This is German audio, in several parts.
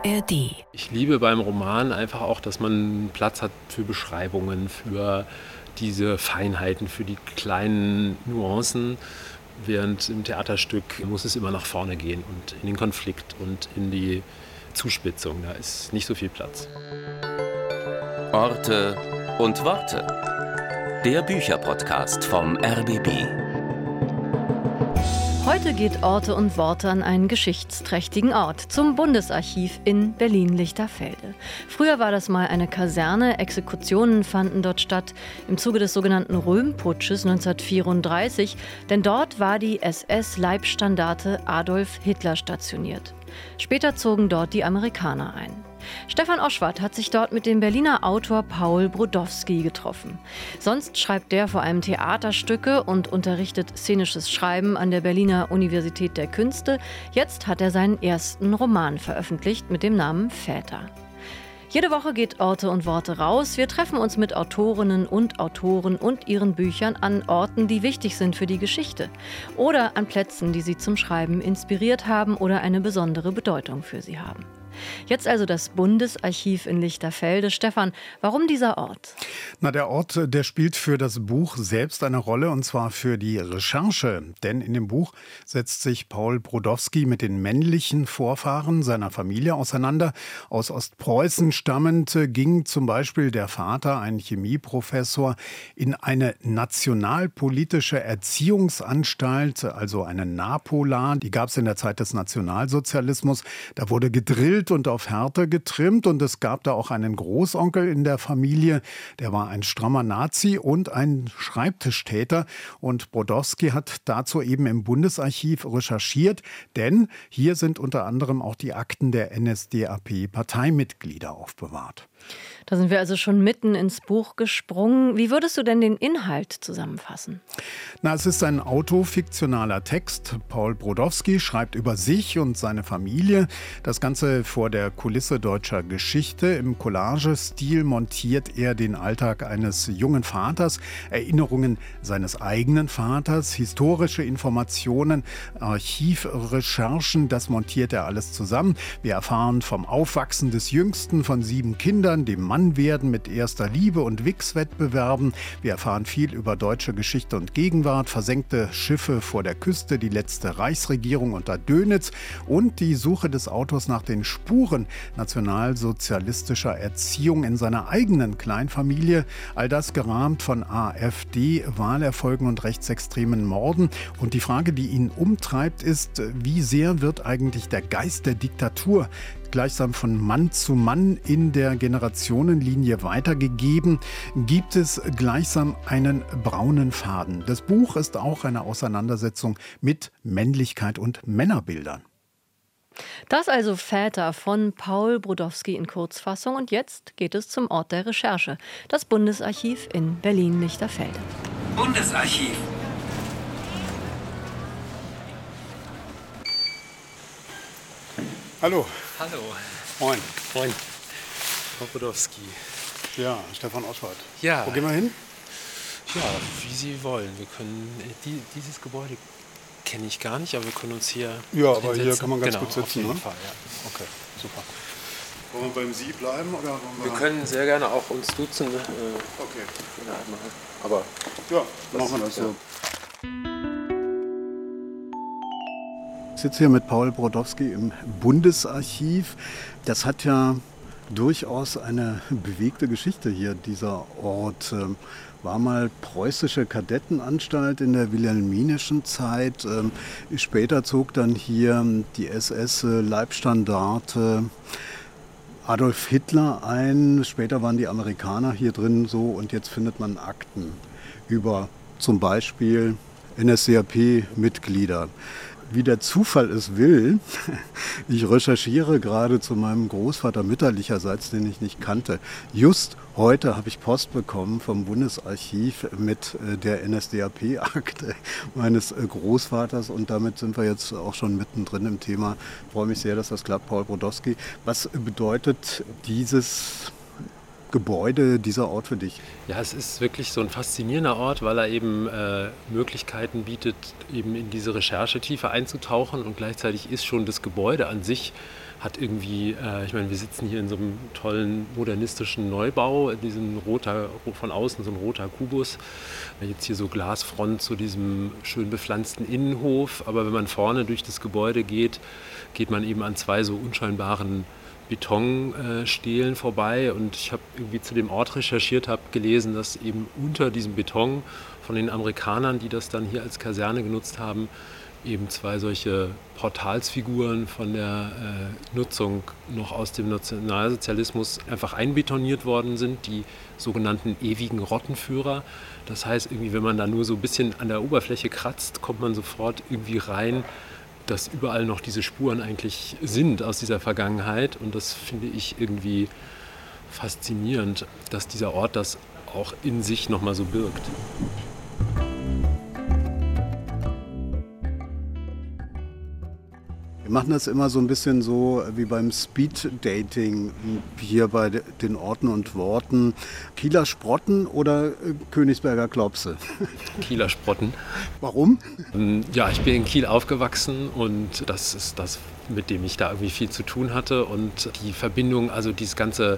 ARD. Ich liebe beim Roman einfach auch, dass man Platz hat für Beschreibungen, für diese Feinheiten, für die kleinen Nuancen. Während im Theaterstück muss es immer nach vorne gehen und in den Konflikt und in die Zuspitzung. Da ist nicht so viel Platz. Orte und Worte. Der Bücherpodcast vom RBB. Heute geht Orte und Worte an einen geschichtsträchtigen Ort, zum Bundesarchiv in Berlin-Lichterfelde. Früher war das mal eine Kaserne, Exekutionen fanden dort statt, im Zuge des sogenannten Röhm-Putsches 1934, denn dort war die SS-Leibstandarte Adolf Hitler stationiert. Später zogen dort die Amerikaner ein. Stefan Oschwart hat sich dort mit dem Berliner Autor Paul Brodowski getroffen. Sonst schreibt der vor allem Theaterstücke und unterrichtet szenisches Schreiben an der Berliner Universität der Künste. Jetzt hat er seinen ersten Roman veröffentlicht mit dem Namen Väter. Jede Woche geht Orte und Worte raus. Wir treffen uns mit Autorinnen und Autoren und ihren Büchern an Orten, die wichtig sind für die Geschichte. Oder an Plätzen, die sie zum Schreiben inspiriert haben oder eine besondere Bedeutung für sie haben. Jetzt also das Bundesarchiv in Lichterfelde. Stefan, warum dieser Ort? Der Ort, der spielt für das Buch selbst eine Rolle, und zwar für die Recherche. Denn in dem Buch setzt sich Paul Brodowski mit den männlichen Vorfahren seiner Familie auseinander. Aus Ostpreußen stammend ging zum Beispiel der Vater, ein Chemieprofessor, in eine nationalpolitische Erziehungsanstalt, also eine NAPOLA. Die gab es in der Zeit des Nationalsozialismus. Da wurde gedrillt und auf Härte getrimmt, und es gab da auch einen Großonkel in der Familie, der war ein strammer Nazi und ein Schreibtischtäter, und Brodowski hat dazu eben im Bundesarchiv recherchiert, denn hier sind unter anderem auch die Akten der NSDAP-Parteimitglieder aufbewahrt. Da sind wir also schon mitten ins Buch gesprungen. Wie würdest du denn den Inhalt zusammenfassen? Es ist ein autofiktionaler Text. Paul Brodowski schreibt über sich und seine Familie. Das Ganze vor der Kulisse deutscher Geschichte. Im Collagestil montiert er den Alltag eines jungen Vaters, Erinnerungen seines eigenen Vaters, historische Informationen, Archivrecherchen. Das montiert er alles zusammen. Wir erfahren vom Aufwachsen des Jüngsten von 7 Kindern, dem Mannwerden mit erster Liebe und Wix-Wettbewerben. Wir erfahren viel über deutsche Geschichte und Gegenwart, versenkte Schiffe vor der Küste, die letzte Reichsregierung unter Dönitz und die Suche des Autors nach den Spuren nationalsozialistischer Erziehung in seiner eigenen Kleinfamilie. All das gerahmt von AfD-Wahlerfolgen und rechtsextremen Morden. Und die Frage, die ihn umtreibt, ist, wie sehr wird eigentlich der Geist der Diktatur gleichsam von Mann zu Mann in der Generationenlinie weitergegeben? Gibt es gleichsam einen braunen Faden? Das Buch ist auch eine Auseinandersetzung mit Männlichkeit und Männerbildern. Das also Väter von Paul Brodowski in Kurzfassung. Und jetzt geht es zum Ort der Recherche, das Bundesarchiv in Berlin-Lichterfelde. Bundesarchiv. Hallo. Hallo. Moin. Moin. Frau Brodowski. Ja, Stefan Oschwart. Ja. Wo gehen wir hin? Ja, wie Sie wollen. Wir können dieses Gebäude kenne ich gar nicht, aber wir können uns hier Ja, aber hinsetzen. hier kann man ganz genau, gut sitzen. Auf jeden Ne? Fall, ja. Okay, super. Wollen wir beim Sie bleiben? Oder Wir können sehr gerne auch uns duzen. Okay. Aber Ja, machen wir das so. Ich sitze hier mit Paul Brodowski im Bundesarchiv. Das hat ja durchaus eine bewegte Geschichte hier, dieser Ort. War mal preußische Kadettenanstalt in der wilhelminischen Zeit. Später zog dann hier die SS-Leibstandarte Adolf Hitler ein. Später waren die Amerikaner hier drin so, und jetzt findet man Akten über zum Beispiel NSDAP-Mitglieder. Wie der Zufall es will, ich recherchiere gerade zu meinem Großvater mütterlicherseits, den ich nicht kannte. Just heute habe ich Post bekommen vom Bundesarchiv mit der NSDAP-Akte meines Großvaters, und damit sind wir jetzt auch schon mittendrin im Thema. Ich freue mich sehr, dass das klappt, Paul Brodowski. Was bedeutet dieses Gebäude, dieser Ort für dich? ja, es ist wirklich so ein faszinierender Ort, weil er eben Möglichkeiten bietet, eben in diese Recherche tiefer einzutauchen, und gleichzeitig ist schon das Gebäude an sich, hat irgendwie, ich meine, wir sitzen hier in so einem tollen modernistischen Neubau, von außen so ein roter Kubus, jetzt hier so Glasfront zu diesem schön bepflanzten Innenhof, aber wenn man vorne durch das Gebäude geht man eben an zwei so unscheinbaren Betonstelen vorbei und ich habe irgendwie zu dem Ort recherchiert, habe gelesen, dass eben unter diesem Beton von den Amerikanern, die das dann hier als Kaserne genutzt haben, eben zwei solche Portalsfiguren von der Nutzung noch aus dem Nationalsozialismus einfach einbetoniert worden sind, die sogenannten ewigen Rottenführer. Das heißt, irgendwie, wenn man da nur so ein bisschen an der Oberfläche kratzt, kommt man sofort irgendwie rein, dass überall noch diese Spuren eigentlich sind aus dieser Vergangenheit. Und das finde ich irgendwie faszinierend, dass dieser Ort das auch in sich nochmal so birgt. Wir machen das immer so ein bisschen so wie beim Speed-Dating hier bei den Orten und Worten. Kieler Sprotten oder Königsberger Klopse? Kieler Sprotten. Warum? Ja, ich bin in Kiel aufgewachsen und das ist das, mit dem ich da irgendwie viel zu tun hatte. Und die Verbindung, also dieses ganze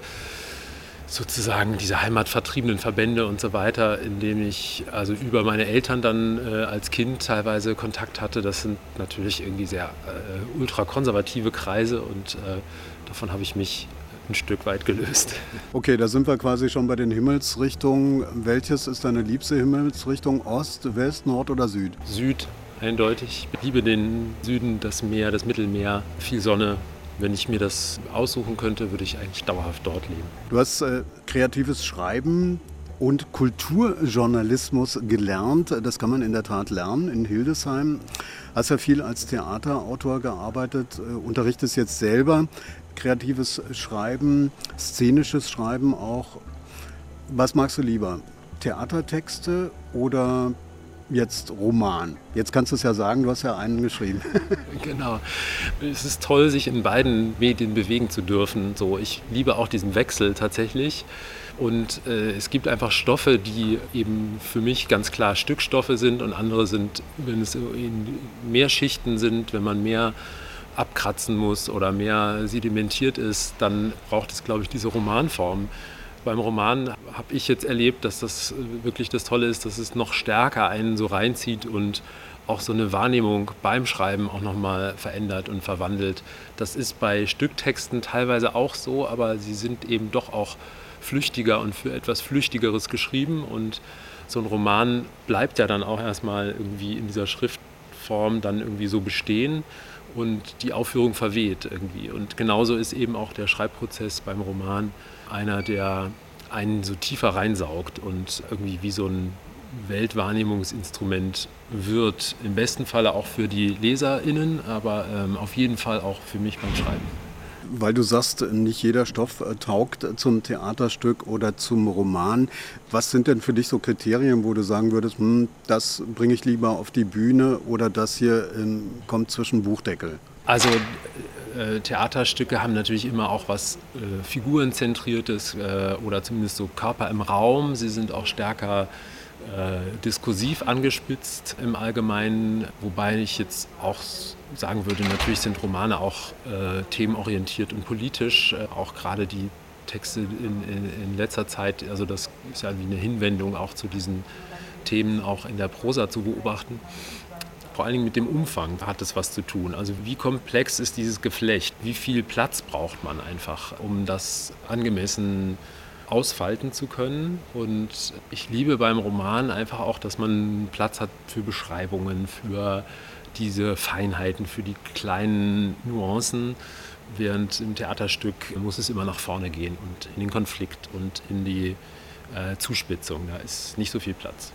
sozusagen diese heimatvertriebenen Verbände und so weiter, in denen ich also über meine Eltern dann als Kind teilweise Kontakt hatte, das sind natürlich irgendwie sehr ultrakonservative Kreise und davon habe ich mich ein Stück weit gelöst. Okay, da sind wir quasi schon bei den Himmelsrichtungen. Welches ist deine liebste Himmelsrichtung? Ost, West, Nord oder Süd? Süd, eindeutig. Ich liebe den Süden, das Meer, das Mittelmeer, viel Sonne. Wenn ich mir das aussuchen könnte, würde ich eigentlich dauerhaft dort leben. Du hast kreatives Schreiben und Kulturjournalismus gelernt. Das kann man in der Tat lernen in Hildesheim. Hast ja viel als Theaterautor gearbeitet, unterrichtest jetzt selber kreatives Schreiben, szenisches Schreiben auch. Was magst du lieber? Theatertexte oder jetzt Roman? Jetzt kannst du es ja sagen, du hast ja einen geschrieben. Genau. Es ist toll, sich in beiden Medien bewegen zu dürfen. So, ich liebe auch diesen Wechsel tatsächlich. Und es gibt einfach Stoffe, die eben für mich ganz klar Stückstoffe sind und andere sind, wenn es in mehr Schichten sind, wenn man mehr abkratzen muss oder mehr sedimentiert ist, dann braucht es, glaube ich, diese Romanform. Beim Roman habe ich jetzt erlebt, dass das wirklich das Tolle ist, dass es noch stärker einen so reinzieht und auch so eine Wahrnehmung beim Schreiben auch nochmal verändert und verwandelt. Das ist bei Stücktexten teilweise auch so, aber sie sind eben doch auch flüchtiger und für etwas Flüchtigeres geschrieben und so ein Roman bleibt ja dann auch erstmal irgendwie in dieser Schriftform dann irgendwie so bestehen und die Aufführung verweht irgendwie. Und genauso ist eben auch der Schreibprozess beim Roman einer, der einen so tiefer reinsaugt und irgendwie wie so ein Weltwahrnehmungsinstrument wird. Im besten Falle auch für die LeserInnen, aber auf jeden Fall auch für mich beim Schreiben. Weil du sagst, nicht jeder Stoff taugt zum Theaterstück oder zum Roman. Was sind denn für dich so Kriterien, wo du sagen würdest, das bringe ich lieber auf die Bühne oder das hier kommt zwischen Buchdeckel? Also Theaterstücke haben natürlich immer auch was Figurenzentriertes oder zumindest so Körper im Raum. Sie sind auch stärker diskursiv angespitzt im Allgemeinen, wobei ich jetzt auch sagen würde, natürlich sind Romane auch themenorientiert und politisch, auch gerade die Texte in letzter Zeit, also das ist ja wie eine Hinwendung auch zu diesen Themen auch in der Prosa zu beobachten. Vor allen Dingen mit dem Umfang hat es was zu tun. Also wie komplex ist dieses Geflecht? Wie viel Platz braucht man einfach, um das angemessen ausfalten zu können? Und ich liebe beim Roman einfach auch, dass man Platz hat für Beschreibungen, für diese Feinheiten, für die kleinen Nuancen. Während im Theaterstück muss es immer nach vorne gehen und in den Konflikt und in die Zuspitzung. Da ist nicht so viel Platz.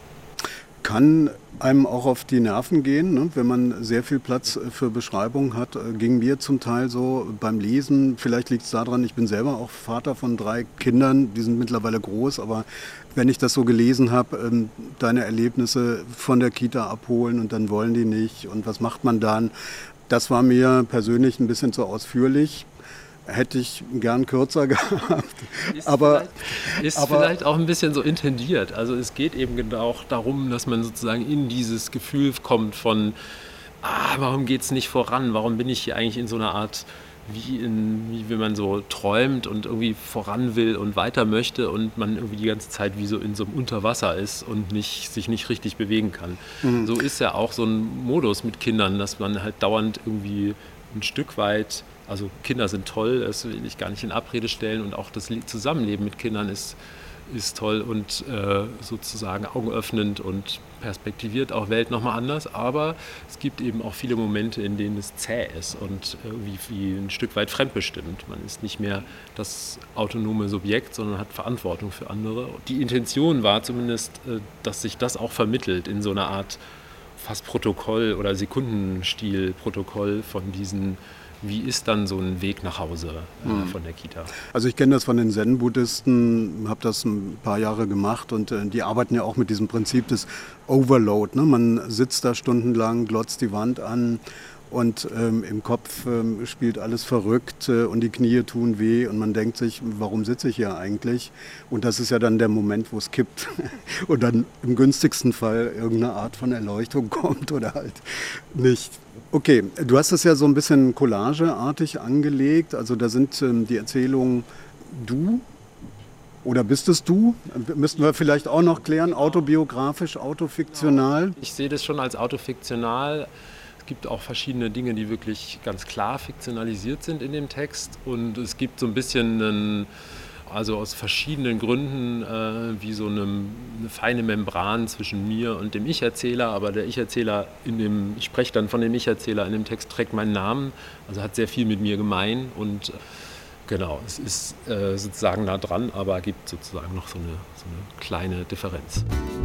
Kann einem auch auf die Nerven gehen, ne? Wenn man sehr viel Platz für Beschreibung hat. Ging mir zum Teil so beim Lesen, vielleicht liegt es daran, ich bin selber auch Vater von 3 Kindern, die sind mittlerweile groß, aber wenn ich das so gelesen habe, deine Erlebnisse von der Kita abholen und dann wollen die nicht und was macht man dann, das war mir persönlich ein bisschen zu ausführlich. Hätte ich gern kürzer gehabt. Ist vielleicht auch ein bisschen so intendiert. Also es geht eben genau auch darum, dass man sozusagen in dieses Gefühl kommt von, warum geht es nicht voran? Warum bin ich hier eigentlich in so einer Art wie wenn man so träumt und irgendwie voran will und weiter möchte und man irgendwie die ganze Zeit wie so in so einem Unterwasser ist und sich nicht richtig bewegen kann. So ist ja auch so ein Modus mit Kindern, dass man halt dauernd irgendwie ein Stück weit, also Kinder sind toll, das will ich gar nicht in Abrede stellen, und auch das Zusammenleben mit Kindern ist toll und sozusagen augenöffnend und perspektiviert auch Welt nochmal anders, aber es gibt eben auch viele Momente, in denen es zäh ist und wie ein Stück weit fremdbestimmt. Man ist nicht mehr das autonome Subjekt, sondern hat Verantwortung für andere. Die Intention war zumindest, dass sich das auch vermittelt in so einer Art fast Protokoll oder Sekundenstil-Protokoll von diesen, wie ist dann so ein Weg nach Hause von der Kita? Also ich kenne das von den Zen-Buddhisten, habe das ein paar Jahre gemacht und die arbeiten ja auch mit diesem Prinzip des Overload. Ne? Man sitzt da stundenlang, glotzt die Wand an und im Kopf spielt alles verrückt und die Knie tun weh und man denkt sich, warum sitze ich hier eigentlich? Und das ist ja dann der Moment, wo es kippt und dann im günstigsten Fall irgendeine Art von Erleuchtung kommt oder halt nicht. Okay, du hast es ja so ein bisschen collageartig angelegt, also da sind die Erzählungen du oder bist es du? Müssten wir vielleicht auch noch klären, autobiografisch, autofiktional? Ich sehe das schon als autofiktional. Es gibt auch verschiedene Dinge, die wirklich ganz klar fiktionalisiert sind in dem Text und es gibt so ein bisschen also aus verschiedenen Gründen wie so eine feine Membran zwischen mir und dem Ich-Erzähler, aber der Ich-Erzähler ich spreche dann von dem Ich-Erzähler in dem Text, trägt meinen Namen, also hat sehr viel mit mir gemein und genau, es ist sozusagen nah dran, aber gibt sozusagen noch so eine kleine Differenz.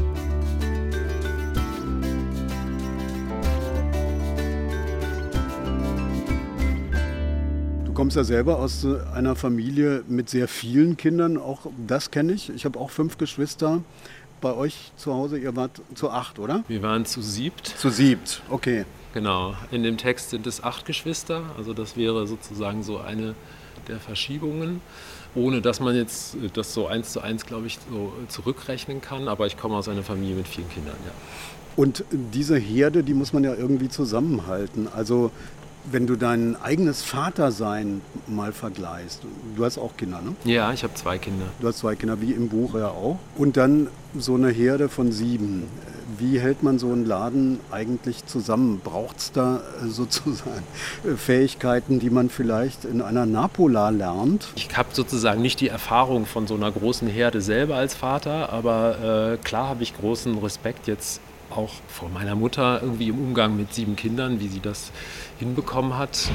Du kommst ja selber aus einer Familie mit sehr vielen Kindern, auch das kenne ich. Ich habe auch 5 Geschwister. Bei euch zu Hause, ihr wart zu 8, oder? Wir waren zu 7. Zu 7, okay. Genau, in dem Text sind es 8 Geschwister, also das wäre sozusagen so eine der Verschiebungen, ohne dass man jetzt das so 1:1, glaube ich, so zurückrechnen kann, aber ich komme aus einer Familie mit vielen Kindern, ja. Und diese Herde, die muss man ja irgendwie zusammenhalten, also wenn du dein eigenes Vatersein mal vergleichst, du hast auch Kinder, ne? Ja, ich habe 2 Kinder. Du hast 2 Kinder, wie im Buch ja auch. Und dann so eine Herde von 7. Wie hält man so einen Laden eigentlich zusammen? Braucht es da sozusagen Fähigkeiten, die man vielleicht in einer Napola lernt? Ich habe sozusagen nicht die Erfahrung von so einer großen Herde selber als Vater, aber klar habe ich großen Respekt jetzt auch vor meiner Mutter irgendwie im Umgang mit 7 Kindern, wie sie das hinbekommen hat.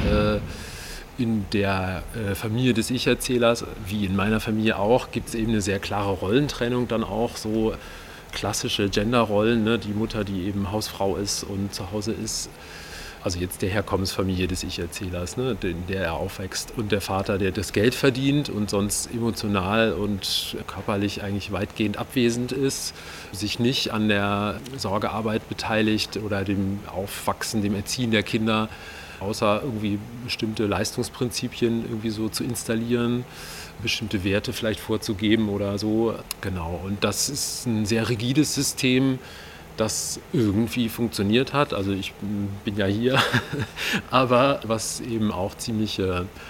In der Familie des Ich-Erzählers, wie in meiner Familie auch, gibt es eben eine sehr klare Rollentrennung, dann auch so klassische Genderrollen, ne? Die Mutter, die eben Hausfrau ist und zu Hause ist, also jetzt der Herkommensfamilie des Ich-Erzählers, ne? In der er aufwächst, und der Vater, der das Geld verdient und sonst emotional und körperlich eigentlich weitgehend abwesend ist, sich nicht an der Sorgearbeit beteiligt oder dem Aufwachsen, dem Erziehen der Kinder, außer irgendwie bestimmte Leistungsprinzipien irgendwie so zu installieren, bestimmte Werte vielleicht vorzugeben oder so. Genau, und das ist ein sehr rigides System, das irgendwie funktioniert hat. Also ich bin ja hier, aber was eben auch ziemlich,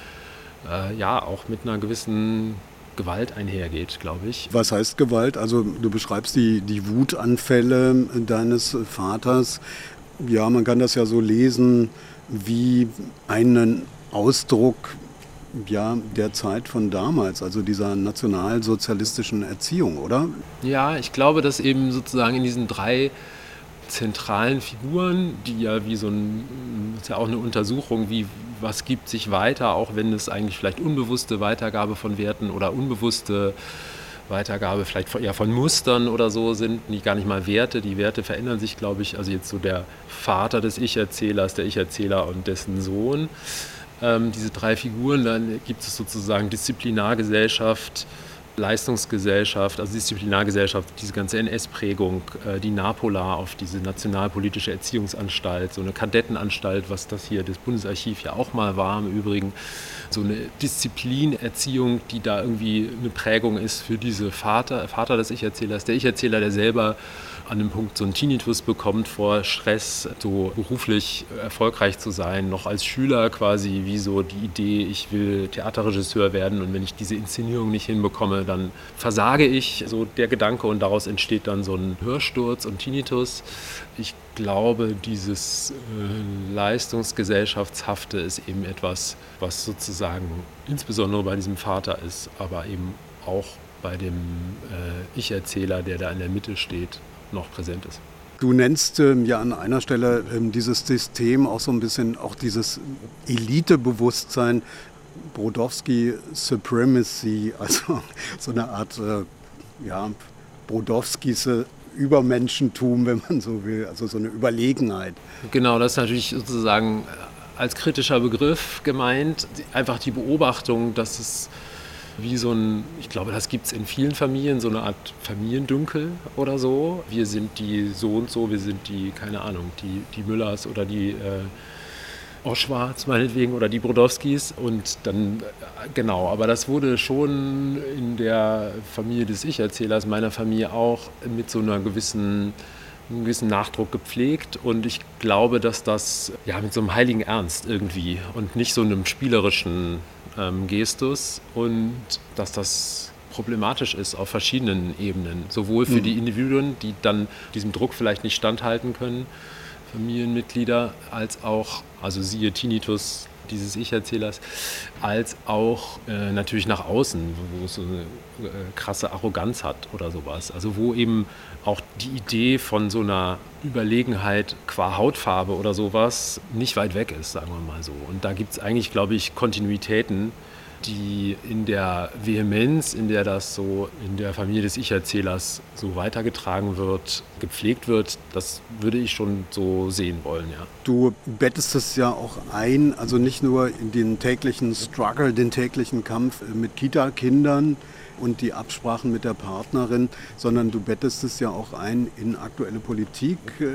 auch mit einer gewissen Gewalt einhergeht, glaube ich. Was heißt Gewalt? Also du beschreibst die Wutanfälle deines Vaters. Ja, man kann das ja so lesen wie einen Ausdruck der Zeit von damals, also dieser nationalsozialistischen Erziehung, oder? Ja, ich glaube, dass eben sozusagen in diesen 3 zentralen Figuren, die ja wie so ist ja auch eine Untersuchung, wie was gibt sich weiter, auch wenn es eigentlich vielleicht unbewusste Weitergabe von Werten oder unbewusste Weitergabe vielleicht von Mustern oder so sind, die gar nicht mal Werte. Die Werte verändern sich, glaube ich, also jetzt so der Vater des Ich-Erzählers, der Ich-Erzähler und dessen Sohn. Diese 3 Figuren, dann gibt es sozusagen Disziplinargesellschaft, Leistungsgesellschaft, also Disziplinargesellschaft, diese ganze NS-Prägung, die Napola auf diese nationalpolitische Erziehungsanstalt, so eine Kadettenanstalt, was das hier, das Bundesarchiv ja auch mal war im Übrigen, so eine Disziplinerziehung, die da irgendwie eine Prägung ist für diese Vater des Ich-Erzählers, der Ich-Erzähler, der selber an einem Punkt so einen Tinnitus bekommt vor Stress, so beruflich erfolgreich zu sein, noch als Schüler quasi wie so die Idee, ich will Theaterregisseur werden und wenn ich diese Inszenierung nicht hinbekomme, dann versage ich, so der Gedanke, und daraus entsteht dann so ein Hörsturz und Tinnitus. Ich glaube, dieses Leistungsgesellschaftshafte ist eben etwas, was sozusagen insbesondere bei diesem Vater ist, aber eben auch bei dem Ich-Erzähler, der da in der Mitte steht, noch präsent ist. Du nennst ja an einer Stelle dieses System auch so ein bisschen, auch dieses Elitebewusstsein, Brodowski Supremacy, also so eine Art Brodowskis Übermenschentum, wenn man so will, also so eine Überlegenheit. Genau, das ist natürlich sozusagen als kritischer Begriff gemeint, einfach die Beobachtung, dass es wie so ein, ich glaube, das gibt es in vielen Familien, so eine Art Familiendünkel oder so. Wir sind die so und so, wir sind die, keine Ahnung, die Müllers oder die Oschwarz meinetwegen oder die Brodowskis. Und dann, genau, aber das wurde schon in der Familie des Ich-Erzählers, meiner Familie auch, mit so einer gewissen Nachdruck gepflegt. Und ich glaube, dass das mit so einem heiligen Ernst irgendwie und nicht so einem spielerischen Gestus, und dass das problematisch ist auf verschiedenen Ebenen, sowohl für die Individuen, die dann diesem Druck vielleicht nicht standhalten können, Familienmitglieder, als auch, also siehe Tinnitus dieses Ich-Erzählers, als auch natürlich nach außen, wo es so eine krasse Arroganz hat oder sowas. Also wo eben auch die Idee von so einer Überlegenheit qua Hautfarbe oder sowas nicht weit weg ist, sagen wir mal so. Und da gibt es eigentlich, glaube ich, Kontinuitäten, die in der Vehemenz, in der das so in der Familie des Ich-Erzählers so weitergetragen wird, gepflegt wird, das würde ich schon so sehen wollen, ja. Du bettest es ja auch ein, also nicht nur in den täglichen Struggle, den täglichen Kampf mit Kita-Kindern und die Absprachen mit der Partnerin, sondern du bettest es ja auch ein in aktuelle Politik,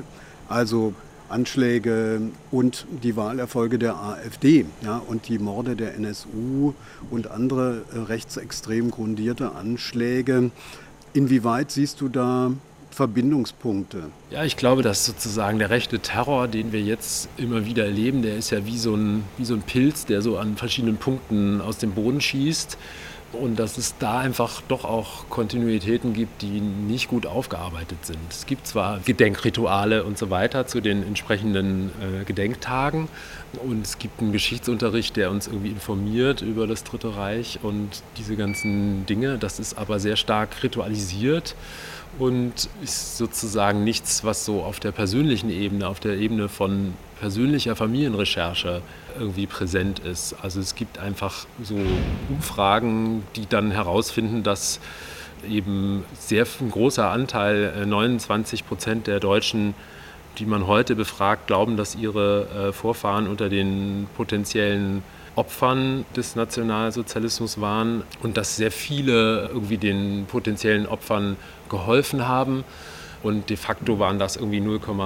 also Anschläge und die Wahlerfolge der AfD, ja, und die Morde der NSU und andere rechtsextrem grundierte Anschläge. Inwieweit siehst du da Verbindungspunkte? Ja, ich glaube, dass sozusagen der rechte Terror, den wir jetzt immer wieder erleben, der ist ja wie so ein Pilz, der so an verschiedenen Punkten aus dem Boden schießt. Und dass es da einfach doch auch Kontinuitäten gibt, die nicht gut aufgearbeitet sind. Es gibt zwar Gedenkrituale und so weiter zu den entsprechenden Gedenktagen, und es gibt einen Geschichtsunterricht, der uns irgendwie informiert über das Dritte Reich und diese ganzen Dinge. Das ist aber sehr stark ritualisiert und ist sozusagen nichts, was so auf der persönlichen Ebene, auf der Ebene von persönlicher Familienrecherche irgendwie präsent ist. Also es gibt einfach so Umfragen, die dann herausfinden, dass eben ein großer Anteil, 29% der Deutschen, die man heute befragt, glauben, dass ihre Vorfahren unter den potenziellen Opfern des Nationalsozialismus waren und dass sehr viele irgendwie den potenziellen Opfern geholfen haben. Und de facto waren das irgendwie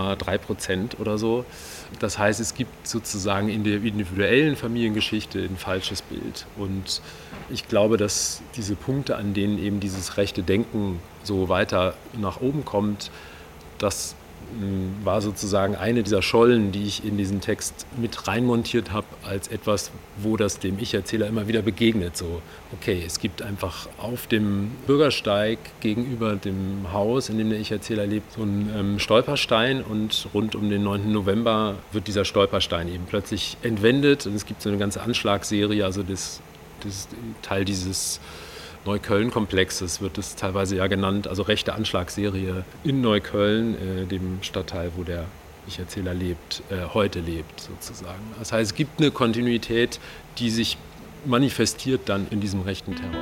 0,3% oder so. Das heißt, es gibt sozusagen in der individuellen Familiengeschichte ein falsches Bild. Und ich glaube, dass diese Punkte, an denen eben dieses rechte Denken so weiter nach oben kommt, das war sozusagen eine dieser Schollen, die ich in diesen Text mit reinmontiert habe, als etwas, wo das dem Ich-Erzähler immer wieder begegnet. So, okay, es gibt einfach auf dem Bürgersteig gegenüber dem Haus, in dem der Ich-Erzähler lebt, so einen Stolperstein, und rund um den 9. November wird dieser Stolperstein eben plötzlich entwendet, und es gibt so eine ganze Anschlagsserie, also das Teil dieses Neukölln-Komplexes wird es teilweise ja genannt, also rechte Anschlagsserie in Neukölln, dem Stadtteil, wo der Ich-Erzähler heute lebt sozusagen. Das heißt, es gibt eine Kontinuität, die sich manifestiert dann in diesem rechten Terror.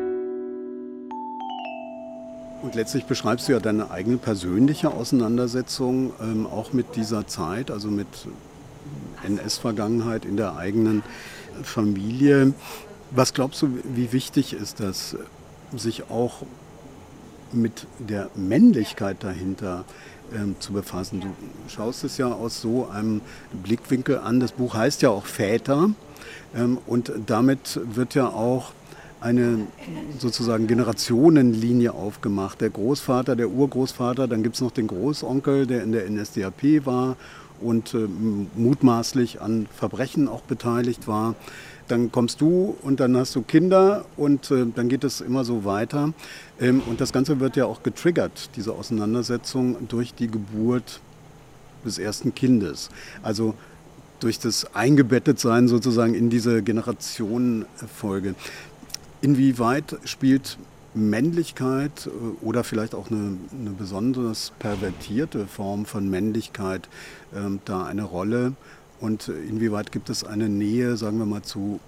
Und letztlich beschreibst du ja deine eigene persönliche Auseinandersetzung auch mit dieser Zeit, also mit NS-Vergangenheit in der eigenen Familie. Was glaubst du, wie wichtig ist das, sich auch mit der Männlichkeit dahinter zu befassen? Du schaust es ja aus so einem Blickwinkel an. Das Buch heißt ja auch Väter, und damit wird ja auch eine sozusagen Generationenlinie aufgemacht. Der Großvater, der Urgroßvater, dann gibt es noch den Großonkel, der in der NSDAP war und mutmaßlich an Verbrechen auch beteiligt war. Dann kommst du und dann hast du Kinder und dann geht es immer so weiter. Und das Ganze wird ja auch getriggert, diese Auseinandersetzung, durch die Geburt des ersten Kindes. Also durch das Eingebettetsein sozusagen in diese Generationenfolge. Inwieweit spielt Männlichkeit oder vielleicht auch eine besonders pervertierte Form von Männlichkeit da eine Rolle? Und inwieweit gibt es eine Nähe, sagen wir mal, zu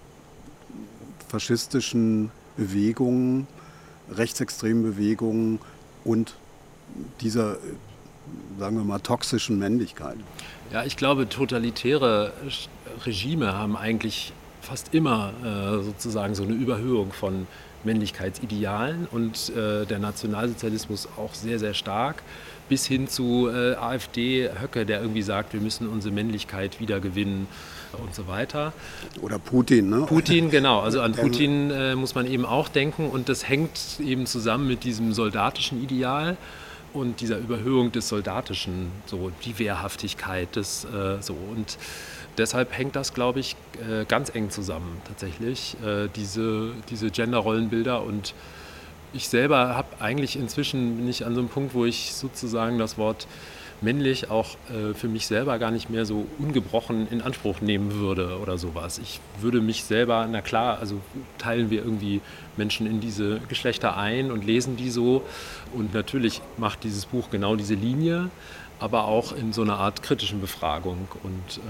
faschistischen Bewegungen, rechtsextremen Bewegungen und dieser, sagen wir mal, toxischen Männlichkeit? Ja, ich glaube, totalitäre Regime haben eigentlich fast immer sozusagen so eine Überhöhung von Männlichkeitsidealen und der Nationalsozialismus auch sehr, sehr stark, bis hin zu AfD, Höcke, der irgendwie sagt, wir müssen unsere Männlichkeit wiedergewinnen und so weiter. Oder Putin, ne? Putin, genau. Also an Putin muss man eben auch denken und das hängt eben zusammen mit diesem soldatischen Ideal und dieser Überhöhung des Soldatischen, so die Wehrhaftigkeit, das so. Und deshalb hängt das, glaube ich, ganz eng zusammen tatsächlich, diese Gender-Rollenbilder. Und ich selber habe eigentlich inzwischen, bin ich an so einem Punkt, wo ich sozusagen das Wort männlich auch für mich selber gar nicht mehr so ungebrochen in Anspruch nehmen würde oder sowas. Ich würde mich selber, na klar, also teilen wir irgendwie Menschen in diese Geschlechter ein und lesen die so. Und natürlich macht dieses Buch genau diese Linie, aber auch in so einer Art kritischen Befragung und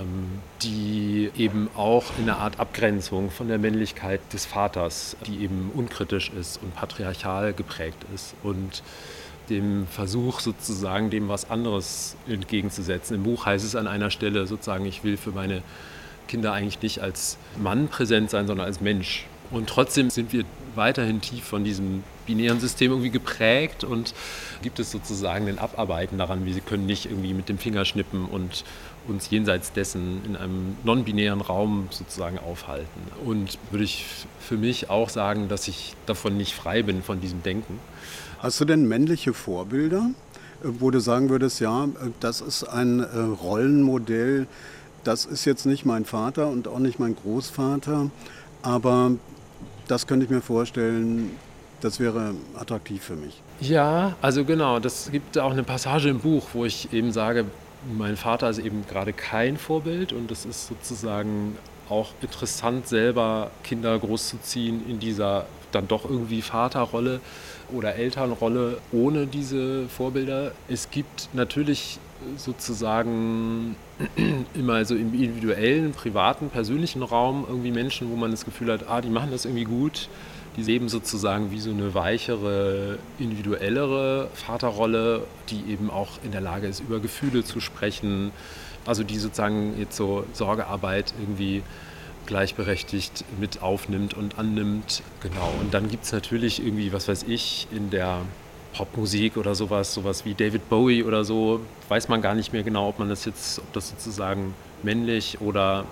die eben auch in einer Art Abgrenzung von der Männlichkeit des Vaters, die eben unkritisch ist und patriarchal geprägt ist und dem Versuch sozusagen dem was anderes entgegenzusetzen. Im Buch heißt es an einer Stelle sozusagen, ich will für meine Kinder eigentlich nicht als Mann präsent sein, sondern als Mensch. Und trotzdem sind wir weiterhin tief von diesem binären System irgendwie geprägt und gibt es sozusagen den Abarbeiten daran, wir können nicht irgendwie mit dem Finger schnippen und uns jenseits dessen in einem non-binären Raum sozusagen aufhalten. Und würde ich für mich auch sagen, dass ich davon nicht frei bin, von diesem Denken. Hast du denn männliche Vorbilder, wo du sagen würdest, ja, das ist ein Rollenmodell, das ist jetzt nicht mein Vater und auch nicht mein Großvater, aber das könnte ich mir vorstellen, das wäre attraktiv für mich. Ja, also genau, das gibt auch eine Passage im Buch, wo ich eben sage, mein Vater ist eben gerade kein Vorbild und es ist sozusagen auch interessant, selber Kinder großzuziehen in dieser dann doch irgendwie Vaterrolle oder Elternrolle ohne diese Vorbilder. Es gibt natürlich sozusagen immer so im individuellen, privaten, persönlichen Raum irgendwie Menschen, wo man das Gefühl hat, die machen das irgendwie gut. Die leben sozusagen wie so eine weichere, individuellere Vaterrolle, die eben auch in der Lage ist, über Gefühle zu sprechen. Also die sozusagen jetzt so Sorgearbeit irgendwie gleichberechtigt mit aufnimmt und annimmt. Genau. Und dann gibt es natürlich irgendwie, was weiß ich, in der Popmusik oder sowas wie David Bowie oder so, weiß man gar nicht mehr genau, ob das sozusagen männlich oder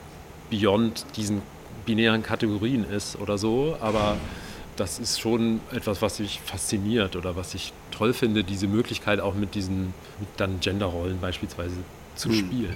beyond diesen binären Kategorien ist oder so, aber das ist schon etwas, was mich fasziniert oder was ich toll finde, diese Möglichkeit auch mit dann Genderrollen beispielsweise zu spielen.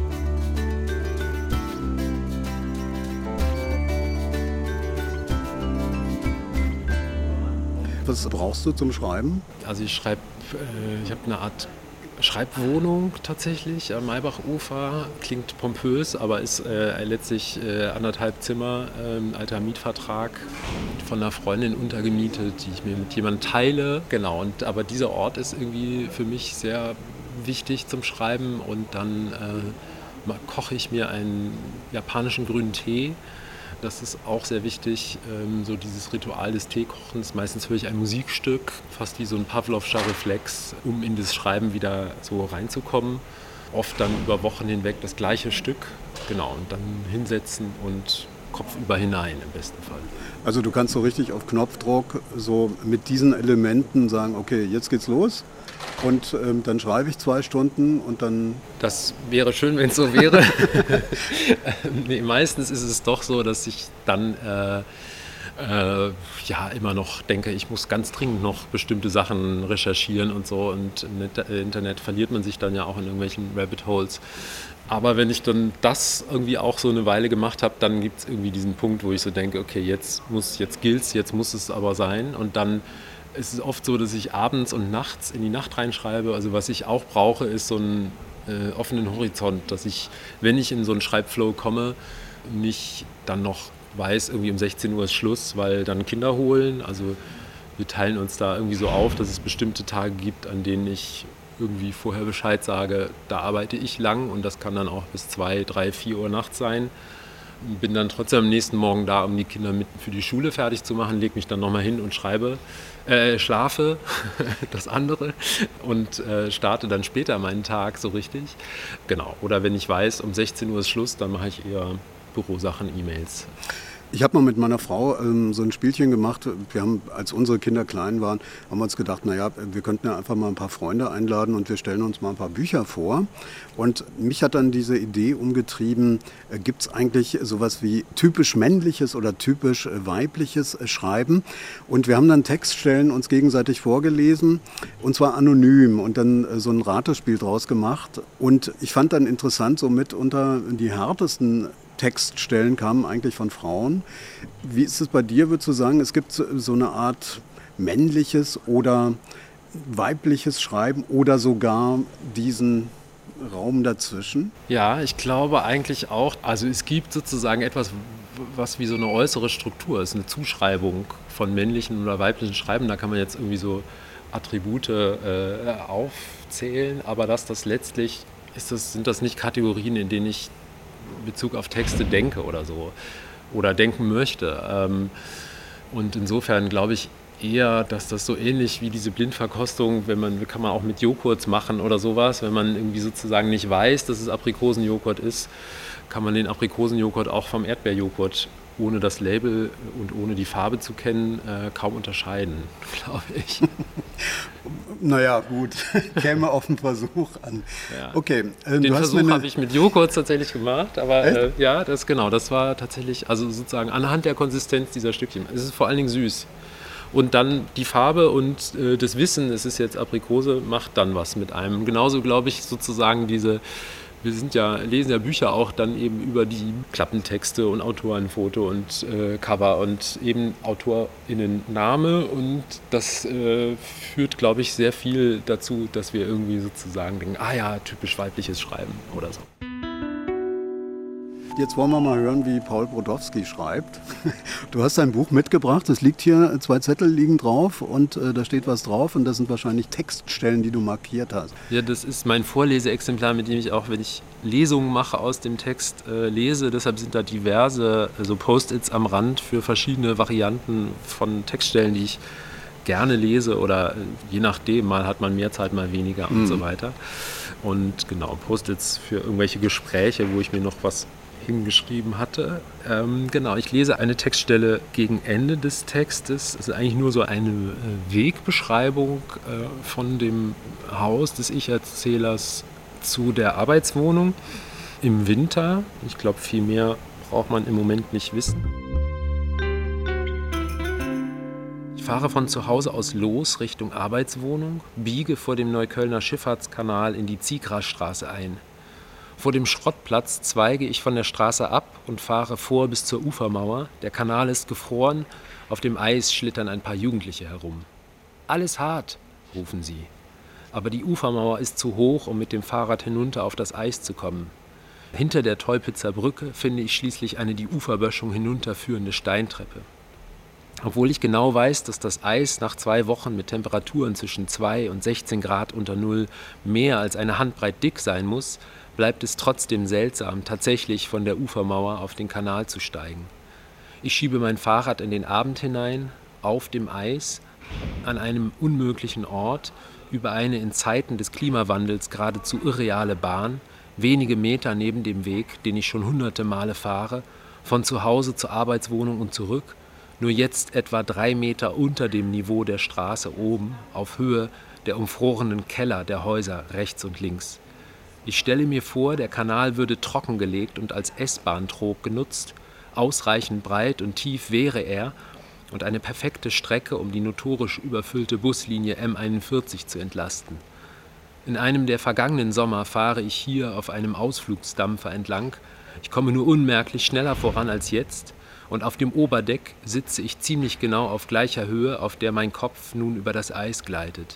Was brauchst du zum Schreiben? Also ich habe eine Art Schreibwohnung tatsächlich am Maybachufer. Klingt pompös, aber ist letztlich 1,5 Zimmer, alter Mietvertrag von einer Freundin untergemietet, die ich mir mit jemandem teile. Genau, aber dieser Ort ist irgendwie für mich sehr wichtig zum Schreiben und dann koche ich mir einen japanischen grünen Tee. Das ist auch sehr wichtig, so dieses Ritual des Teekochens. Meistens höre ich ein Musikstück, fast wie so ein Pavlovscher Reflex, um in das Schreiben wieder so reinzukommen. Oft dann über Wochen hinweg das gleiche Stück, genau, und dann hinsetzen und kopfüber hinein im besten Fall. Also du kannst so richtig auf Knopfdruck so mit diesen Elementen sagen, okay, jetzt geht's los. Und dann schreibe ich 2 Stunden und dann... Das wäre schön, wenn es so wäre. Nee, meistens ist es doch so, dass ich dann immer noch denke, ich muss ganz dringend noch bestimmte Sachen recherchieren und so. Und im Internet verliert man sich dann ja auch in irgendwelchen Rabbit Holes. Aber wenn ich dann das irgendwie auch so eine Weile gemacht habe, dann gibt es irgendwie diesen Punkt, wo ich so denke, okay, jetzt gilt's, jetzt muss es aber sein. Und dann ist es oft so, dass ich abends und nachts in die Nacht reinschreibe. Also was ich auch brauche, ist so einen offenen Horizont, dass ich, wenn ich in so einen Schreibflow komme, nicht dann noch weiß, irgendwie um 16 Uhr ist Schluss, weil dann Kinder holen. Also wir teilen uns da irgendwie so auf, dass es bestimmte Tage gibt, an denen ich irgendwie vorher Bescheid sage, da arbeite ich lang und das kann dann auch bis 2, 3, 4 Uhr nachts sein. Bin dann trotzdem am nächsten Morgen da, um die Kinder mit für die Schule fertig zu machen, lege mich dann nochmal hin und schlafe, das andere, und starte dann später meinen Tag so richtig. Genau. Oder wenn ich weiß, um 16 Uhr ist Schluss, dann mache ich eher Bürosachen, E-Mails. Ich habe mal mit meiner Frau so ein Spielchen gemacht. Wir haben, als unsere Kinder klein waren, haben wir uns gedacht, wir könnten ja einfach mal ein paar Freunde einladen und wir stellen uns mal ein paar Bücher vor. Und mich hat dann diese Idee umgetrieben, gibt es eigentlich sowas wie typisch männliches oder typisch weibliches Schreiben? Und wir haben dann Textstellen uns gegenseitig vorgelesen, und zwar anonym, und dann so ein Ratespiel draus gemacht. Und ich fand dann interessant, so mitunter die härtesten Textstellen kamen eigentlich von Frauen. Wie ist es bei dir, würdest du sagen, es gibt so eine Art männliches oder weibliches Schreiben oder sogar diesen Raum dazwischen? Ja, ich glaube eigentlich auch. Also es gibt sozusagen etwas, was wie so eine äußere Struktur ist, eine Zuschreibung von männlichen oder weiblichen Schreiben. Da kann man jetzt irgendwie so Attribute aufzählen, aber das letztlich sind das nicht Kategorien, in denen ich in Bezug auf Texte denke oder so oder denken möchte. Und insofern glaube ich eher, dass das so ähnlich wie diese Blindverkostung, kann man auch mit Joghurts machen oder sowas, wenn man irgendwie sozusagen nicht weiß, dass es Aprikosenjoghurt ist, kann man den Aprikosenjoghurt auch vom Erdbeerjoghurt ohne das Label und ohne die Farbe zu kennen kaum unterscheiden, glaube ich. Naja, gut, käme auf den Versuch an. Ja. Okay, den Versuch habe ich mit Joghurt tatsächlich gemacht, aber das war tatsächlich, also sozusagen anhand der Konsistenz dieser Stückchen. Es ist vor allen Dingen süß. Und dann die Farbe und das Wissen, es ist jetzt Aprikose, macht dann was mit einem. Genauso glaube ich sozusagen wir lesen ja Bücher auch dann eben über die Klappentexte und Autorenfoto und Cover und eben AutorInnen-Name, und das führt, glaube ich, sehr viel dazu, dass wir irgendwie sozusagen denken, typisch weibliches Schreiben oder so. Jetzt wollen wir mal hören, wie Paul Brodowski schreibt. Du hast ein Buch mitgebracht, es liegt hier, 2 Zettel liegen drauf und da steht was drauf und das sind wahrscheinlich Textstellen, die du markiert hast. Ja, das ist mein Vorleseexemplar, mit dem ich auch, wenn ich Lesungen mache aus dem Text, lese. Deshalb sind da diverse Post-its am Rand für verschiedene Varianten von Textstellen, die ich gerne lese oder je nachdem, mal hat man mehr Zeit, mal weniger und so weiter. Und genau, Post-its für irgendwelche Gespräche, wo ich mir noch was hingeschrieben hatte. Ich lese eine Textstelle gegen Ende des Textes. Es ist eigentlich nur so eine Wegbeschreibung von dem Haus des Ich-Erzählers zu der Arbeitswohnung im Winter. Ich glaube, viel mehr braucht man im Moment nicht wissen. Ich fahre von zu Hause aus los Richtung Arbeitswohnung, biege vor dem Neuköllner Schifffahrtskanal in die Ziegrastraße ein. Vor dem Schrottplatz zweige ich von der Straße ab und fahre vor bis zur Ufermauer. Der Kanal ist gefroren, auf dem Eis schlittern ein paar Jugendliche herum. »Alles hart«, rufen sie. Aber die Ufermauer ist zu hoch, um mit dem Fahrrad hinunter auf das Eis zu kommen. Hinter der Teupitzer Brücke finde ich schließlich eine die Uferböschung hinunterführende Steintreppe. Obwohl ich genau weiß, dass das Eis nach 2 Wochen mit Temperaturen zwischen 2 und 16 Grad unter Null mehr als eine Handbreit dick sein muss, bleibt es trotzdem seltsam, tatsächlich von der Ufermauer auf den Kanal zu steigen. Ich schiebe mein Fahrrad in den Abend hinein, auf dem Eis, an einem unmöglichen Ort, über eine in Zeiten des Klimawandels geradezu irreale Bahn, wenige Meter neben dem Weg, den ich schon hunderte Male fahre, von zu Hause zur Arbeitswohnung und zurück, nur jetzt etwa 3 Meter unter dem Niveau der Straße oben, auf Höhe der umfrorenen Keller der Häuser rechts und links. Ich stelle mir vor, der Kanal würde trockengelegt und als S-Bahn-Trog genutzt, ausreichend breit und tief wäre er und eine perfekte Strecke, um die notorisch überfüllte Buslinie M41 zu entlasten. In einem der vergangenen Sommer fahre ich hier auf einem Ausflugsdampfer entlang. Ich komme nur unmerklich schneller voran als jetzt und auf dem Oberdeck sitze ich ziemlich genau auf gleicher Höhe, auf der mein Kopf nun über das Eis gleitet.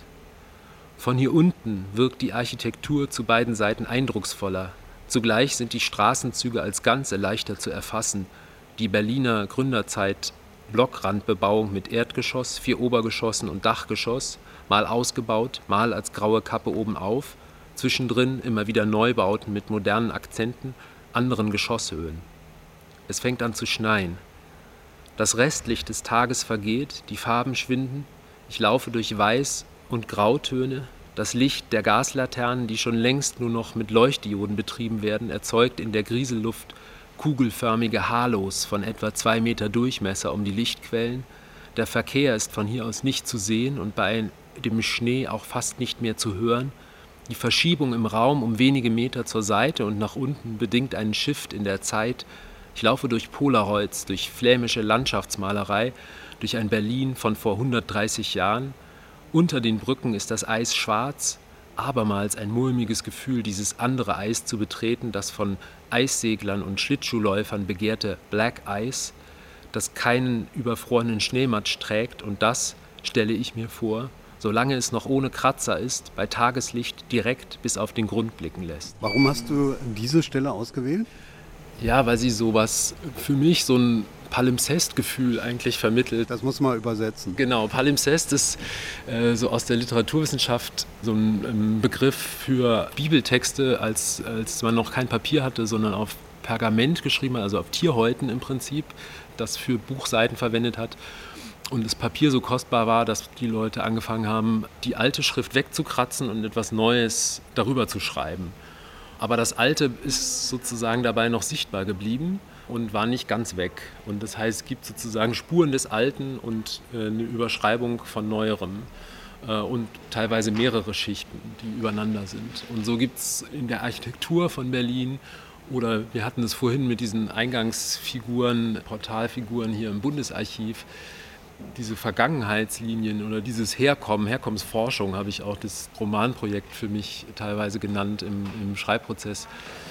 Von hier unten wirkt die Architektur zu beiden Seiten eindrucksvoller. Zugleich sind die Straßenzüge als Ganze leichter zu erfassen. Die Berliner Gründerzeit Blockrandbebauung mit Erdgeschoss, 4 Obergeschossen und Dachgeschoss, mal ausgebaut, mal als graue Kappe obenauf, zwischendrin immer wieder Neubauten mit modernen Akzenten, anderen Geschosshöhen. Es fängt an zu schneien. Das Restlicht des Tages vergeht, die Farben schwinden, ich laufe durch Weiß- und Grautöne. Das Licht der Gaslaternen, die schon längst nur noch mit Leuchtdioden betrieben werden, erzeugt in der Grieselluft kugelförmige Halos von etwa 2 Meter Durchmesser um die Lichtquellen. Der Verkehr ist von hier aus nicht zu sehen und bei dem Schnee auch fast nicht mehr zu hören. Die Verschiebung im Raum um wenige Meter zur Seite und nach unten bedingt einen Shift in der Zeit. Ich laufe durch Polaroids, durch flämische Landschaftsmalerei, durch ein Berlin von vor 130 Jahren. Unter den Brücken ist das Eis schwarz, abermals ein mulmiges Gefühl, dieses andere Eis zu betreten, das von Eisseglern und Schlittschuhläufern begehrte Black Ice, das keinen überfrorenen Schneematsch trägt und das, stelle ich mir vor, solange es noch ohne Kratzer ist, bei Tageslicht direkt bis auf den Grund blicken lässt. Warum hast du diese Stelle ausgewählt? Ja, weil sie sowas, für mich so ein Palimpsest-Gefühl eigentlich vermittelt. Das muss man übersetzen. Genau, Palimpsest ist so aus der Literaturwissenschaft so ein Begriff für Bibeltexte, als man noch kein Papier hatte, sondern auf Pergament geschrieben, also auf Tierhäuten im Prinzip, das für Buchseiten verwendet hat. Und das Papier so kostbar war, dass die Leute angefangen haben, die alte Schrift wegzukratzen und etwas Neues darüber zu schreiben. Aber das Alte ist sozusagen dabei noch sichtbar geblieben und war nicht ganz weg. Und das heißt, es gibt sozusagen Spuren des Alten und eine Überschreibung von Neuerem und teilweise mehrere Schichten, die übereinander sind. Und so gibt es in der Architektur von Berlin, oder wir hatten es vorhin mit diesen Eingangsfiguren, Portalfiguren hier im Bundesarchiv, diese Vergangenheitslinien oder dieses Herkommensforschung habe ich auch das Romanprojekt für mich teilweise genannt im Schreibprozess.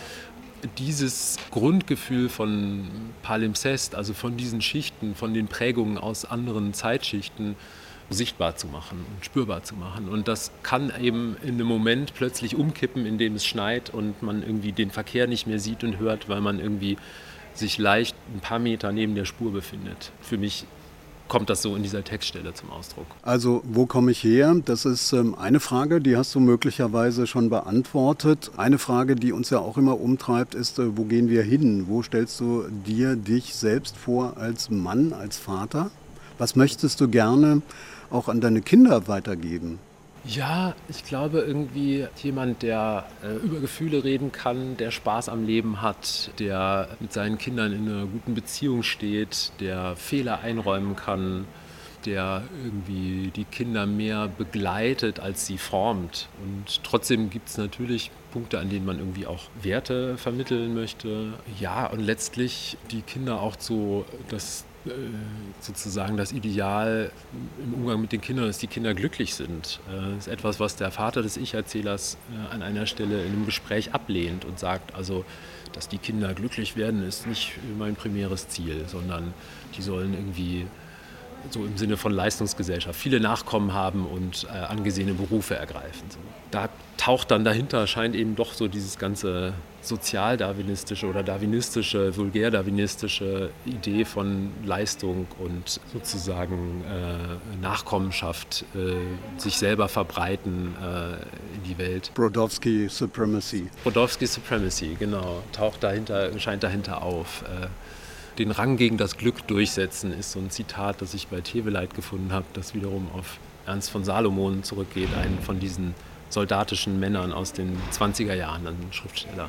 Dieses Grundgefühl von Palimpsest, also von diesen Schichten, von den Prägungen aus anderen Zeitschichten sichtbar zu machen und spürbar zu machen. Und das kann eben in einem Moment plötzlich umkippen, in dem es schneit und man irgendwie den Verkehr nicht mehr sieht und hört, weil man irgendwie sich leicht ein paar Meter neben der Spur befindet. Für mich kommt das so in dieser Textstelle zum Ausdruck. Also, wo komme ich her? Das ist eine Frage, die hast du möglicherweise schon beantwortet. Eine Frage, die uns ja auch immer umtreibt, ist, wo gehen wir hin? Wo stellst du dir dich selbst vor als Mann, als Vater? Was möchtest du gerne auch an deine Kinder weitergeben? Ja, ich glaube irgendwie jemand, der über Gefühle reden kann, der Spaß am Leben hat, der mit seinen Kindern in einer guten Beziehung steht, der Fehler einräumen kann, der irgendwie die Kinder mehr begleitet, als sie formt. Und trotzdem gibt es natürlich Punkte, an denen man irgendwie auch Werte vermitteln möchte. Ja, und letztlich die Kinder auch so, dass sozusagen das Ideal im Umgang mit den Kindern, dass die Kinder glücklich sind. Das ist etwas, was der Vater des Ich-Erzählers an einer Stelle in einem Gespräch ablehnt und sagt, also, dass die Kinder glücklich werden, ist nicht mein primäres Ziel, sondern die sollen irgendwie so im Sinne von Leistungsgesellschaft viele Nachkommen haben und angesehene Berufe ergreifen. So. Da taucht dann dahinter, scheint eben doch so dieses ganze sozialdarwinistische oder darwinistische, vulgär-darwinistische Idee von Leistung und sozusagen Nachkommenschaft, sich selber verbreiten in die Welt. Brodowski Supremacy. Brodowski Supremacy, genau, scheint dahinter auf. Den Rang gegen das Glück durchsetzen ist so ein Zitat, das ich bei Teveleit gefunden habe, das wiederum auf Ernst von Salomon zurückgeht, einen von diesen soldatischen Männern aus den 20er Jahren, ein Schriftsteller.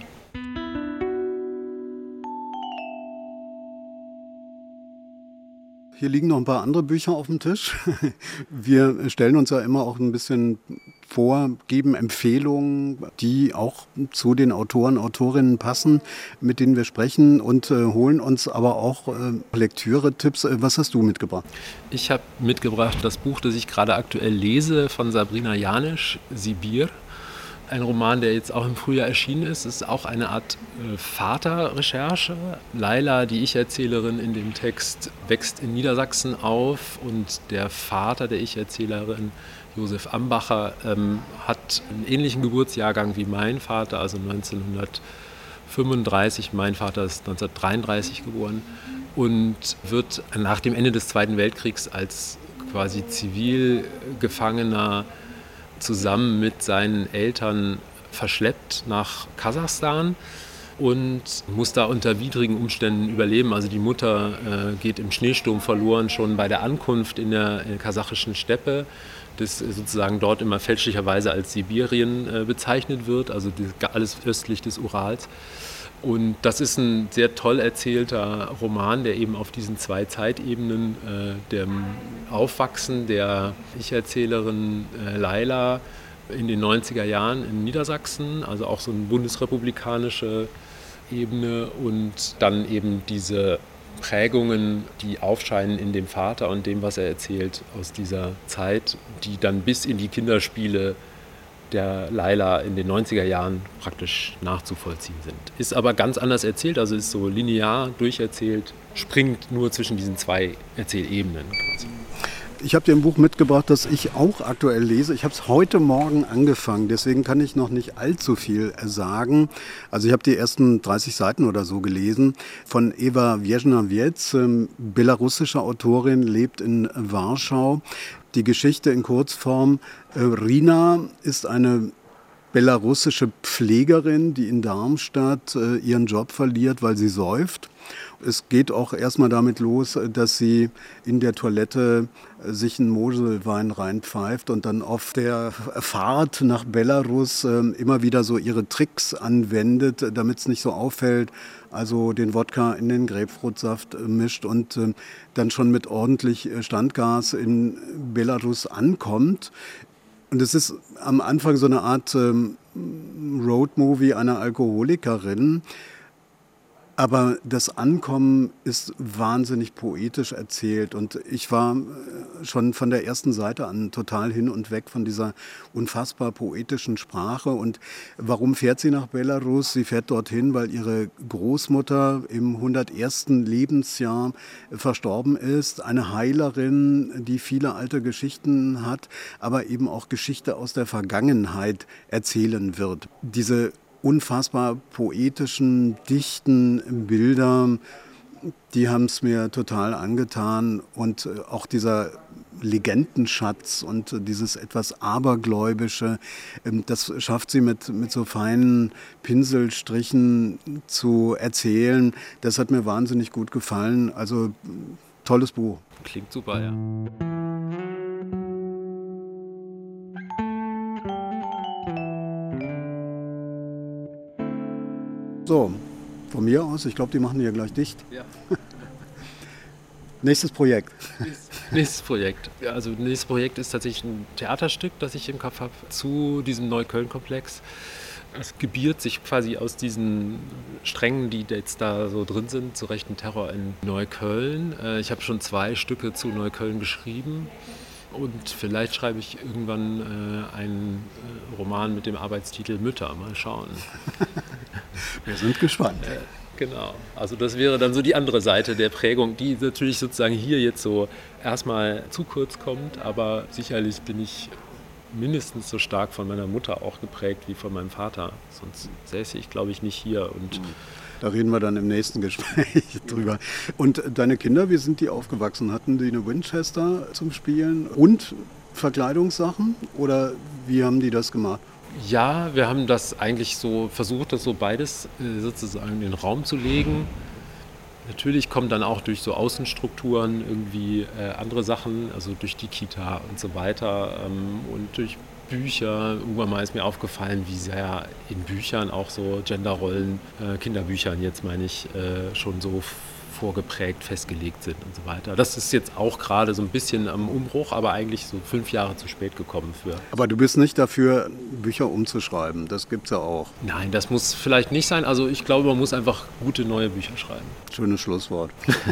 Hier liegen noch ein paar andere Bücher auf dem Tisch. Wir stellen uns ja immer auch ein bisschen vor, geben Empfehlungen, die auch zu den Autoren, Autorinnen passen, mit denen wir sprechen und holen uns aber auch Lektüre-Tipps. Was hast du mitgebracht? Ich habe mitgebracht das Buch, das ich gerade aktuell lese, von Sabrina Janisch, Sibir. Ein Roman, der jetzt auch im Frühjahr erschienen ist. Es ist auch eine Art Vaterrecherche. Laila, die Ich-Erzählerin in dem Text, wächst in Niedersachsen auf und der Vater der Ich-Erzählerin, Josef Ambacher, hat einen ähnlichen Geburtsjahrgang wie mein Vater, also 1935. Mein Vater ist 1933 geboren und wird nach dem Ende des Zweiten Weltkriegs als quasi Zivilgefangener zusammen mit seinen Eltern verschleppt nach Kasachstan und muss da unter widrigen Umständen überleben. Also die Mutter geht im Schneesturm verloren, schon bei der Ankunft in der kasachischen Steppe, das sozusagen dort immer fälschlicherweise als Sibirien bezeichnet wird, also alles östlich des Urals. Und das ist ein sehr toll erzählter Roman, der eben auf diesen zwei Zeitebenen, dem Aufwachsen der Ich-Erzählerin Laila in den 90er Jahren in Niedersachsen, also auch so eine bundesrepublikanische Ebene, und dann eben diese Prägungen, die aufscheinen in dem Vater und dem, was er erzählt aus dieser Zeit, die dann bis in die Kinderspiele der Laila in den 90er Jahren praktisch nachzuvollziehen sind. Ist aber ganz anders erzählt, also ist so linear durcherzählt, springt nur zwischen diesen zwei Erzählebenen quasi. Ich habe dir ein Buch mitgebracht, das ich auch aktuell lese. Ich habe es heute Morgen angefangen, deswegen kann ich noch nicht allzu viel sagen. Also ich habe die ersten 30 Seiten oder so gelesen. Von Eva Wierzna-Wietz, belarussische Autorin, lebt in Warschau. Die Geschichte in Kurzform: Rina ist eine belarussische Pflegerin, die in Darmstadt ihren Job verliert, weil sie säuft. Es geht auch erstmal damit los, dass sie in der Toilette sich einen Moselwein reinpfeift und dann auf der Fahrt nach Belarus immer wieder so ihre Tricks anwendet, damit es nicht so auffällt. Also den Wodka in den Grapefruitsaft mischt und dann schon mit ordentlich Standgas in Belarus ankommt. Und es ist am Anfang so eine Art Roadmovie einer Alkoholikerin. Aber das Ankommen ist wahnsinnig poetisch erzählt und ich war schon von der ersten Seite an total hin und weg von dieser unfassbar poetischen Sprache. Und warum fährt sie nach Belarus? Sie fährt dorthin, weil ihre Großmutter im 101. Lebensjahr verstorben ist. Eine Heilerin, die viele alte Geschichten hat, aber eben auch Geschichte aus der Vergangenheit erzählen wird. Diese unfassbar poetischen, dichten Bilder, die haben es mir total angetan. Und auch dieser Legendenschatz und dieses etwas Abergläubische, das schafft sie mit so feinen Pinselstrichen zu erzählen. Das hat mir wahnsinnig gut gefallen. Also tolles Buch. Klingt super, ja. So, von mir aus, ich glaube, die machen hier gleich dicht. Ja. Nächstes Projekt. Nächstes Projekt. Ja, also nächstes Projekt ist tatsächlich ein Theaterstück, das ich im Kopf habe, zu diesem Neukölln-Komplex. Es gebiert sich quasi aus diesen Strängen, die jetzt da so drin sind, zu rechten Terror in Neukölln. Ich habe schon 2 Stücke zu Neukölln geschrieben. Und vielleicht schreibe ich irgendwann einen Roman mit dem Arbeitstitel Mütter. Mal schauen. Wir sind gespannt. Genau. Also das wäre dann so die andere Seite der Prägung, die natürlich sozusagen hier jetzt so erstmal zu kurz kommt. Aber sicherlich bin ich mindestens so stark von meiner Mutter auch geprägt wie von meinem Vater. Sonst säße ich, glaube ich, nicht hier. Und da reden wir dann im nächsten Gespräch drüber. Und deine Kinder, wie sind die aufgewachsen? Hatten die eine Winchester zum Spielen und Verkleidungssachen? Oder wie haben die das gemacht? Ja, wir haben das eigentlich so versucht, das so beides sozusagen in den Raum zu legen. Natürlich kommen dann auch durch so Außenstrukturen irgendwie andere Sachen, also durch die Kita und so weiter und durch Bücher. Irgendwann mal ist mir aufgefallen, wie sehr in Büchern auch so Genderrollen, Kinderbüchern jetzt meine ich, schon so vorgeprägt, festgelegt sind und so weiter. Das ist jetzt auch gerade so ein bisschen am Umbruch, aber eigentlich so 5 Jahre zu spät gekommen für. Aber du bist nicht dafür, Bücher umzuschreiben. Das gibt's ja auch. Nein, das muss vielleicht nicht sein. Also ich glaube, man muss einfach gute neue Bücher schreiben. Schönes Schlusswort.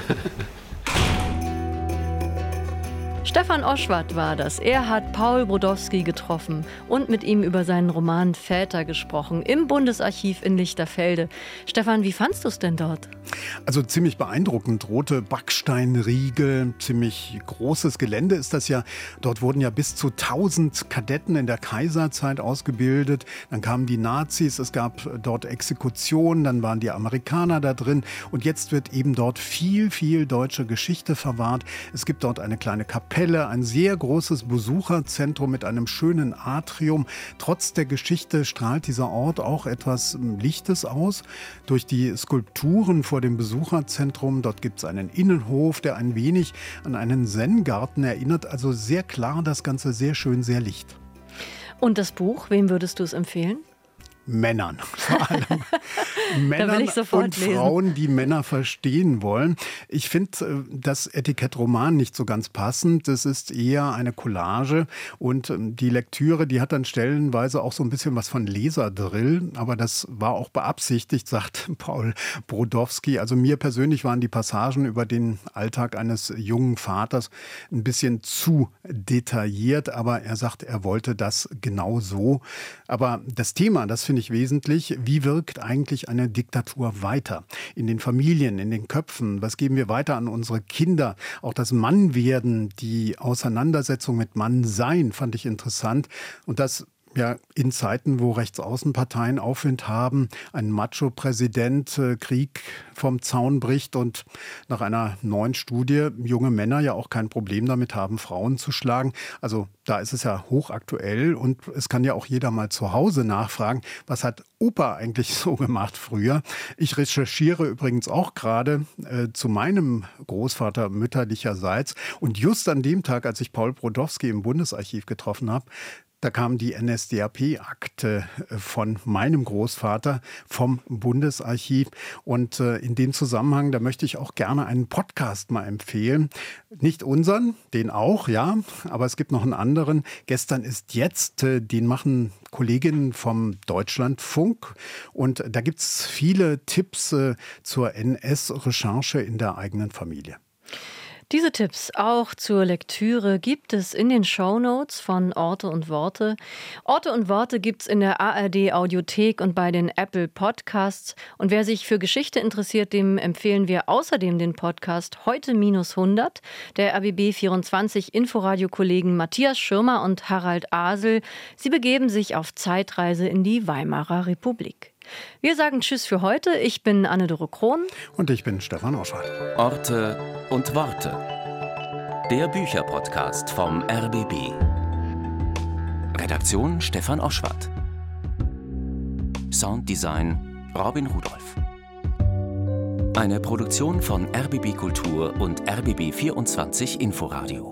Stefan Oschwart war das. Er hat Paul Brodowski getroffen und mit ihm über seinen Roman Väter gesprochen im Bundesarchiv in Lichterfelde. Stefan, wie fandst du es denn dort? Also ziemlich beeindruckend. Rote Backsteinriegel, ziemlich großes Gelände ist das ja. Dort wurden ja bis zu 1000 Kadetten in der Kaiserzeit ausgebildet. Dann kamen die Nazis, es gab dort Exekutionen, dann waren die Amerikaner da drin. Und jetzt wird eben dort viel deutsche Geschichte verwahrt. Es gibt dort eine kleine Kapelle, ein sehr großes Besucherzentrum mit einem schönen Atrium. Trotz der Geschichte strahlt dieser Ort auch etwas Lichtes aus. Durch die Skulpturen vor dem Besucherzentrum, dort gibt es einen Innenhof, der ein wenig an einen Zen-Garten erinnert. Also sehr klar das Ganze, sehr schön, sehr licht. Und das Buch, wem würdest du es empfehlen? Männern, vor allem Männern und lesen. Frauen, die Männer verstehen wollen. Ich finde das Etikett Roman nicht so ganz passend. Das ist eher eine Collage und die Lektüre, die hat dann stellenweise auch so ein bisschen was von Leserdrill, aber das war auch beabsichtigt, sagt Paul Brodowski. Also mir persönlich waren die Passagen über den Alltag eines jungen Vaters ein bisschen zu detailliert, aber er sagt, er wollte das genau so. Aber das Thema, das finde ich wesentlich. Wie wirkt eigentlich eine Diktatur weiter? In den Familien, in den Köpfen. Was geben wir weiter an unsere Kinder? Auch das Mannwerden, die Auseinandersetzung mit Mannsein fand ich interessant. Und das ja in Zeiten, wo Rechtsaußenparteien Aufwind haben, ein Macho-Präsident Krieg vom Zaun bricht und nach einer neuen Studie junge Männer ja auch kein Problem damit haben, Frauen zu schlagen. Also da ist es ja hochaktuell und es kann ja auch jeder mal zu Hause nachfragen, was hat Opa eigentlich so gemacht früher? Ich recherchiere übrigens auch gerade zu meinem Großvater mütterlicherseits und just an dem Tag, als ich Paul Brodowski im Bundesarchiv getroffen habe, da kam die NSDAP-Akte von meinem Großvater vom Bundesarchiv. Und in dem Zusammenhang, da möchte ich auch gerne einen Podcast mal empfehlen. Nicht unseren, den auch, ja, aber es gibt noch einen anderen. Gestern ist jetzt, den machen Kolleginnen vom Deutschlandfunk. Und da gibt es viele Tipps zur NS-Recherche in der eigenen Familie. Diese Tipps auch zur Lektüre gibt es in den Shownotes von Orte und Worte. Orte und Worte gibt es in der ARD-Audiothek und bei den Apple Podcasts. Und wer sich für Geschichte interessiert, dem empfehlen wir außerdem den Podcast Heute -100 der RBB24-Inforadio-Kollegen Matthias Schirmer und Harald Asel. Sie begeben sich auf Zeitreise in die Weimarer Republik. Wir sagen Tschüss für heute. Ich bin Anne-Dore Krohn. Und ich bin Stefan Oschwart. Orte und Worte. Der Bücherpodcast vom RBB. Redaktion Stefan Oschwart. Sounddesign Robin Rudolph. Eine Produktion von RBB Kultur und RBB 24 Inforadio.